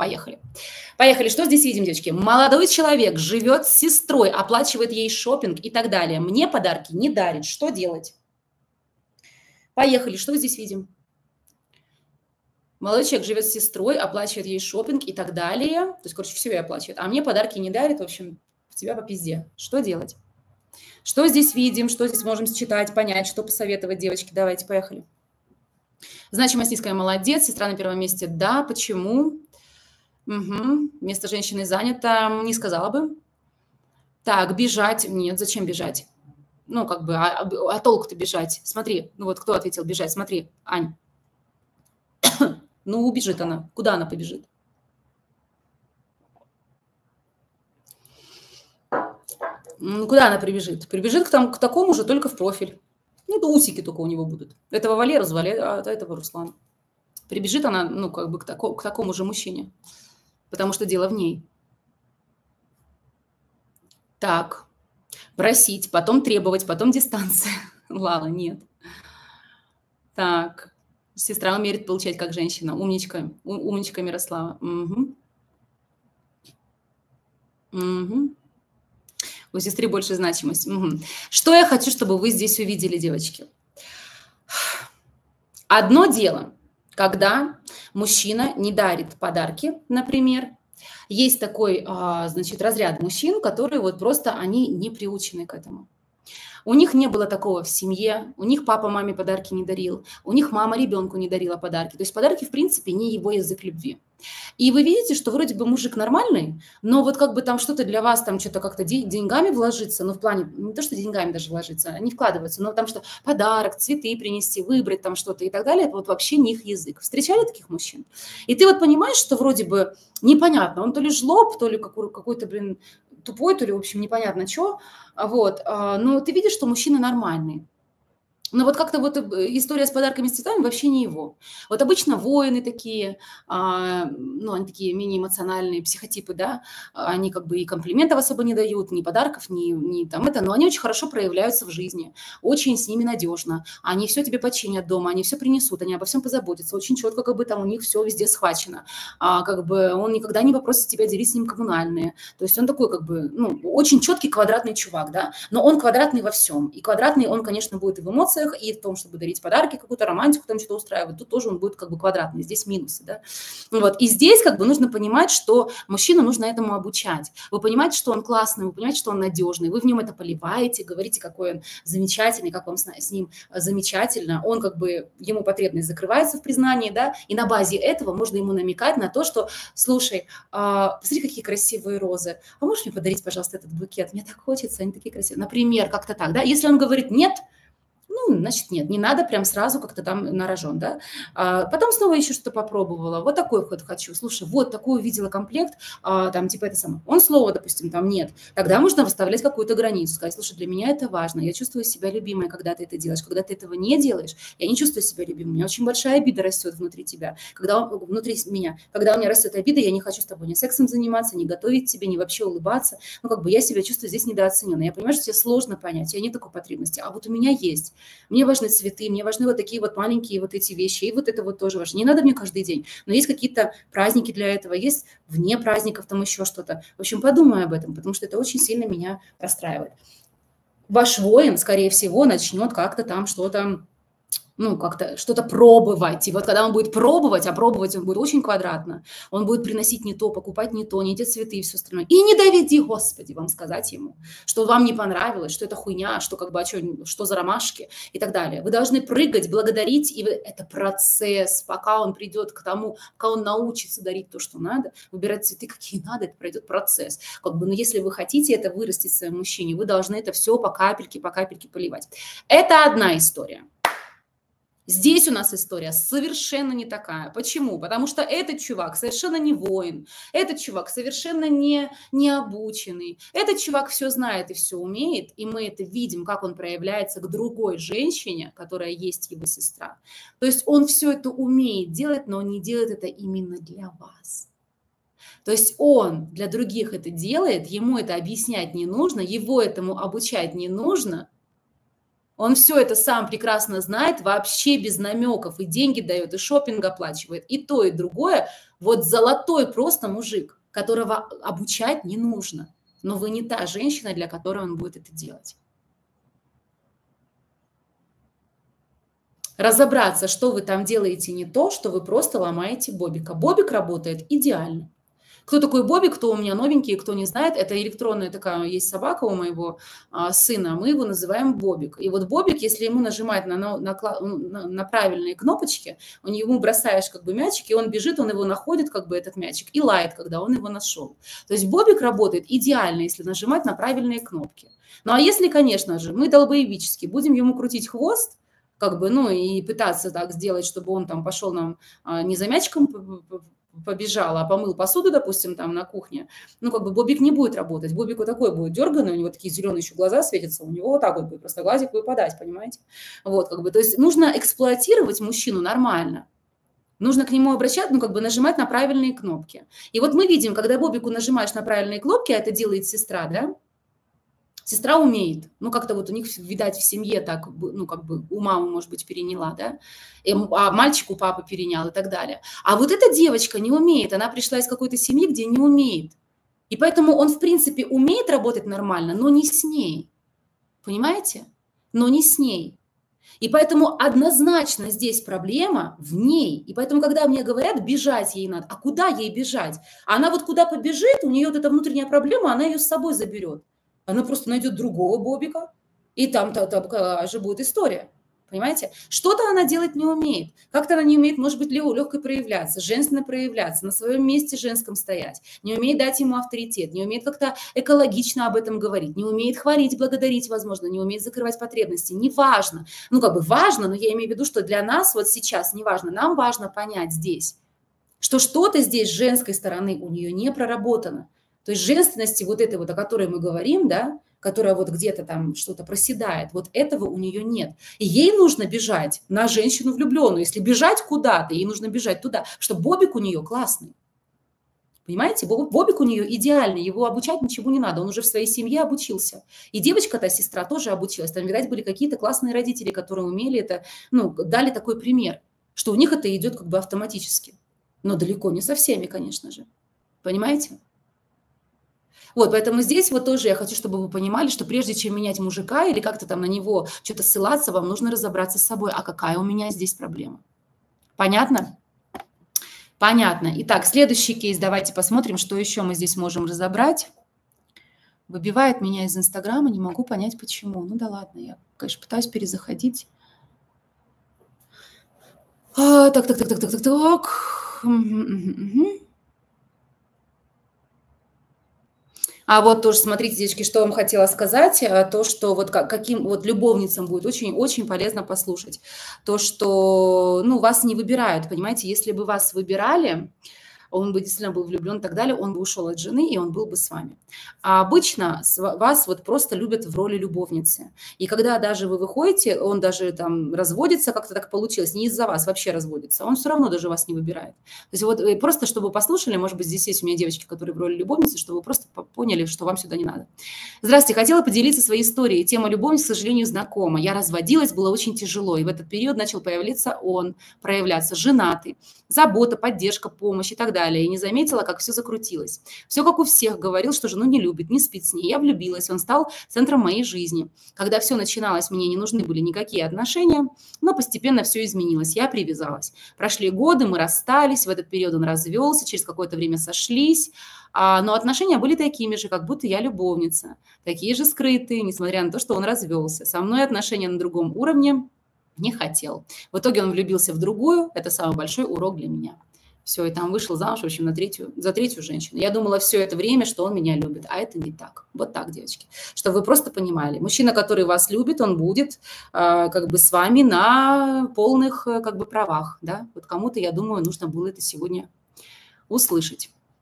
поехали. Поехали. Что здесь видим, девочки? Молодой человек живет с сестрой, оплачивает ей шопинг и так далее. Мне подарки не дарит. Что делать? Поехали. Что здесь видим? Молодой человек живет с сестрой, оплачивает ей шопинг и так далее. То есть, короче, все ей оплачивает. А мне подарки не дарит. В общем, в тебя по пизде. Что делать? Что здесь видим? Что здесь можем считать, понять? Что посоветовать, девочки? Давайте, поехали. Значимость низкая, молодец. Сестра на первом месте. Да, почему? Угу. Место женщины занято. Не сказала бы. Так, бежать. Нет, зачем бежать? Ну, как бы, а толку-то бежать? Смотри, ну вот кто ответил бежать? Смотри, Ань. Ну, убежит она. Куда она побежит? Ну, куда она прибежит? Прибежит к такому же, только в профиль. Ну, да усики только у него будут. Этого Валера звали, а этого Руслан. Прибежит она, ну, как бы к такому же мужчине. Потому что дело в ней. Так. Просить, потом требовать, потом дистанция. Лала, нет. Так. Сестра умеет получать как женщина. Умничка. Умничка Мирослава. Угу. Угу. У сестры больше значимость. Угу. Что я хочу, чтобы вы здесь увидели, девочки? Одно дело, когда мужчина не дарит подарки, например. Есть такой, значит, разряд мужчин, которые вот просто, они не приучены к этому. У них не было такого в семье, у них папа маме подарки не дарил, у них мама ребенку не дарила подарки. То есть подарки, в принципе, не его язык любви. И вы видите, что вроде бы мужик нормальный, но вот как бы там что-то для вас, там что-то как-то деньгами вложиться, ну в плане, не то, что деньгами даже вложиться, они вкладываются, но там что, подарок, цветы принести, выбрать там что-то и так далее, это вот вообще не их язык. Встречали таких мужчин? И ты вот понимаешь, что вроде бы непонятно, он то ли жлоб, то ли какой-то, блин, тупой, то ли, в общем, непонятно что, вот, но ты видишь, что мужчина нормальный. Но вот как-то вот история с подарками, с цветами вообще не его. Вот обычно воины такие, ну, они такие менее эмоциональные психотипы, да, они как бы и комплиментов особо не дают, ни подарков, ни там это, но они очень хорошо проявляются в жизни, очень с ними надежно, они все тебе починят дома, они все принесут, они обо всем позаботятся, очень четко как бы там у них все везде схвачено, как бы он никогда не попросит тебя делить с ним коммунальные, то есть он такой как бы, ну, очень четкий квадратный чувак, да, но он квадратный во всем, и квадратный он, конечно, будет и в эмоциях, и в том, чтобы дарить подарки, какую-то романтику, там что-то устраивать, тут тоже он будет как бы квадратный, здесь минусы, да. Вот. И здесь как бы нужно понимать, что мужчину нужно этому обучать. Вы понимаете, что он классный, вы понимаете, что он надежный, вы в нем это поливаете, говорите, какой он замечательный, как вам с ним замечательно, он как бы, ему потребность закрывается в признании, да, и на базе этого можно ему намекать на то, что, слушай, посмотри, какие красивые розы, а можешь мне подарить, пожалуйста, этот букет, мне так хочется, они такие красивые, например, как-то так, да, если он говорит нет, ну, значит, нет, не надо прям сразу как-то там на рожон, да. Потом снова еще что-то попробовала, вот такой ход хочу, слушай, вот такой увидела комплект, там, типа это самое. Он слово, допустим, там нет. Тогда можно выставлять какую-то границу, сказать, слушай, для меня это важно, я чувствую себя любимой, когда ты это делаешь. Когда ты этого не делаешь, я не чувствую себя любимой, у меня очень большая обида растет внутри тебя, внутри меня. Когда у меня растет обида, я не хочу с тобой ни сексом заниматься, ни готовить тебе, ни вообще улыбаться. Ну, как бы я себя чувствую здесь недооцененной. Я понимаю, что тебе сложно понять, у тебя нет такой потребности, а вот у меня есть. Мне важны цветы, мне важны вот такие вот маленькие вот эти вещи, и вот это вот тоже важно. Не надо мне каждый день, но есть какие-то праздники для этого, есть вне праздников там еще что-то. В общем, подумай об этом, потому что это очень сильно меня расстраивает. Ваш воин, скорее всего, начнет как-то там что-то, ну, как-то что-то пробовать. И вот когда он будет пробовать, а пробовать он будет очень квадратно, он будет приносить не то, покупать не то, не те цветы и все остальное. И не доведи, Господи, вам сказать ему, что вам не понравилось, что это хуйня, что как бы, что за ромашки и так далее. Вы должны прыгать, благодарить, и это процесс, пока он придет к тому, пока он научится дарить то, что надо, выбирать цветы, какие надо, это пройдет процесс. Как бы, но если вы хотите это вырастить в своем мужчине, вы должны это все по капельке поливать. Это одна история. Здесь у нас история совершенно не такая. Почему? Потому что этот чувак совершенно не воин, этот чувак совершенно не обученный, этот чувак все знает и все умеет, и мы это видим, как он проявляется к другой женщине, которая есть его сестра. То есть он все это умеет делать, но он не делает это именно для вас. То есть он для других это делает, ему это объяснять не нужно, его этому обучать не нужно. Он все это сам прекрасно знает, вообще без намеков, и деньги дает, и шопинг оплачивает, и то, и другое. Вот золотой просто мужик, которого обучать не нужно. Но вы не та женщина, для которой он будет это делать. Разобраться, что вы там делаете не то, что вы просто ломаете Бобика. Бобик работает идеально. Кто такой Бобик, кто у меня новенький, кто не знает, это электронная такая, есть собака у моего сына, мы его называем Бобик. И вот Бобик, если ему нажимать на правильные кнопочки, ему бросаешь как бы мячик, и он бежит, он его находит, как бы этот мячик, и лает, когда он его нашел. То есть Бобик работает идеально, если нажимать на правильные кнопки. Ну а если, конечно же, мы долбоевически будем ему крутить хвост, как бы, ну и пытаться так сделать, чтобы он там пошел нам не за мячиком побежал, а помыл посуду, допустим, там на кухне, ну, как бы Бобик не будет работать. Бобик вот такой будет дерганный, у него такие зеленые еще глаза светятся, у него вот так вот будет просто глазик выпадать, понимаете? Вот, как бы, то есть нужно эксплуатировать мужчину нормально. Нужно к нему обращаться, ну, как бы нажимать на правильные кнопки. И вот мы видим, когда Бобику нажимаешь на правильные кнопки, а это делает сестра, да, сестра умеет, ну, как-то вот у них, видать, в семье так, ну, как бы у мамы, может быть, переняла, да, а мальчик у папы перенял и так далее. А вот эта девочка не умеет, она пришла из какой-то семьи, где не умеет. И поэтому он, в принципе, умеет работать нормально, но не с ней. Понимаете? Но не с ней. И поэтому однозначно здесь проблема в ней. И поэтому, когда мне говорят, бежать ей надо, а куда ей бежать? Она вот куда побежит, у нее вот эта внутренняя проблема, она ее с собой заберет. Она просто найдет другого Бобика, и там же будет история. Понимаете? Что-то она делать не умеет. Как-то она не умеет, может быть, легко проявляться, женственно проявляться, на своем месте женском стоять. Не умеет дать ему авторитет, не умеет как-то экологично об этом говорить, не умеет хвалить, благодарить, возможно, не умеет закрывать потребности. Неважно. Ну, как бы важно, но я имею в виду, что для нас вот сейчас неважно. Нам важно понять здесь, что что-то здесь с женской стороны у нее не проработано. То есть женственности вот этой вот, о которой мы говорим, да, которая вот где-то там что-то проседает, вот этого у нее нет. И ей нужно бежать на женщину влюбленную. Если бежать куда-то, ей нужно бежать туда, что Бобик у нее классный. Понимаете, Бобик у нее идеальный, его обучать ничего не надо, он уже в своей семье обучился. И девочка-то, сестра, тоже обучилась. Там, видать, были какие-то классные родители, которые умели это, ну, дали такой пример, что у них это идет как бы автоматически. Но далеко не со всеми, конечно же. Понимаете? Вот, поэтому здесь вот тоже я хочу, чтобы вы понимали, что прежде чем менять мужика или как-то там на него что-то ссылаться, вам нужно разобраться с собой, а какая у меня здесь проблема. Понятно? Понятно. Итак, следующий кейс. Давайте посмотрим, что еще мы здесь можем разобрать. Выбивает меня из Инстаграма, не могу понять, почему. Ну да ладно, я, конечно, пытаюсь перезаходить. Так. А вот тоже, смотрите, девочки, что вам хотела сказать, то, что вот каким вот любовницам будет очень-очень полезно послушать. То, что, ну, вас не выбирают, понимаете, если бы вас выбирали, он бы действительно был влюблен и так далее, он бы ушел от жены, и он был бы с вами. А обычно вас вот просто любят в роли любовницы. И когда даже вы выходите, он даже там разводится, как-то так получилось, не из-за вас вообще разводится, он все равно даже вас не выбирает. То есть вот просто, чтобы послушали, может быть, здесь есть у меня девочки, которые в роли любовницы, чтобы вы просто поняли, что вам сюда не надо. Здравствуйте, хотела поделиться своей историей. Тема любовницы, к сожалению, знакома. Я разводилась, было очень тяжело, и в этот период начал проявляться женатый, забота, поддержка, помощь и так далее. И не заметила, как все закрутилось. Все как у всех, говорил, что жену не любит, не спит с ней. Я влюбилась, он стал центром моей жизни. Когда все начиналось, мне не нужны были никакие отношения, но постепенно все изменилось, я привязалась. Прошли годы, мы расстались, в этот период он развелся, через какое-то время сошлись, но отношения были такими же, как будто я любовница, такие же скрытые, несмотря на то, что он развелся. Со мной отношения на другом уровне не хотел. В итоге он влюбился в другую, это самый большой урок для меня. Все, и там вышел замуж, в общем, за третью женщину. Я думала все это время, что он меня любит, а это не так. Вот так, девочки. Чтобы вы просто понимали. Мужчина, который вас любит, он будет как бы с вами на полных как бы правах. Да? Вот кому-то, я думаю, нужно было это сегодня услышать.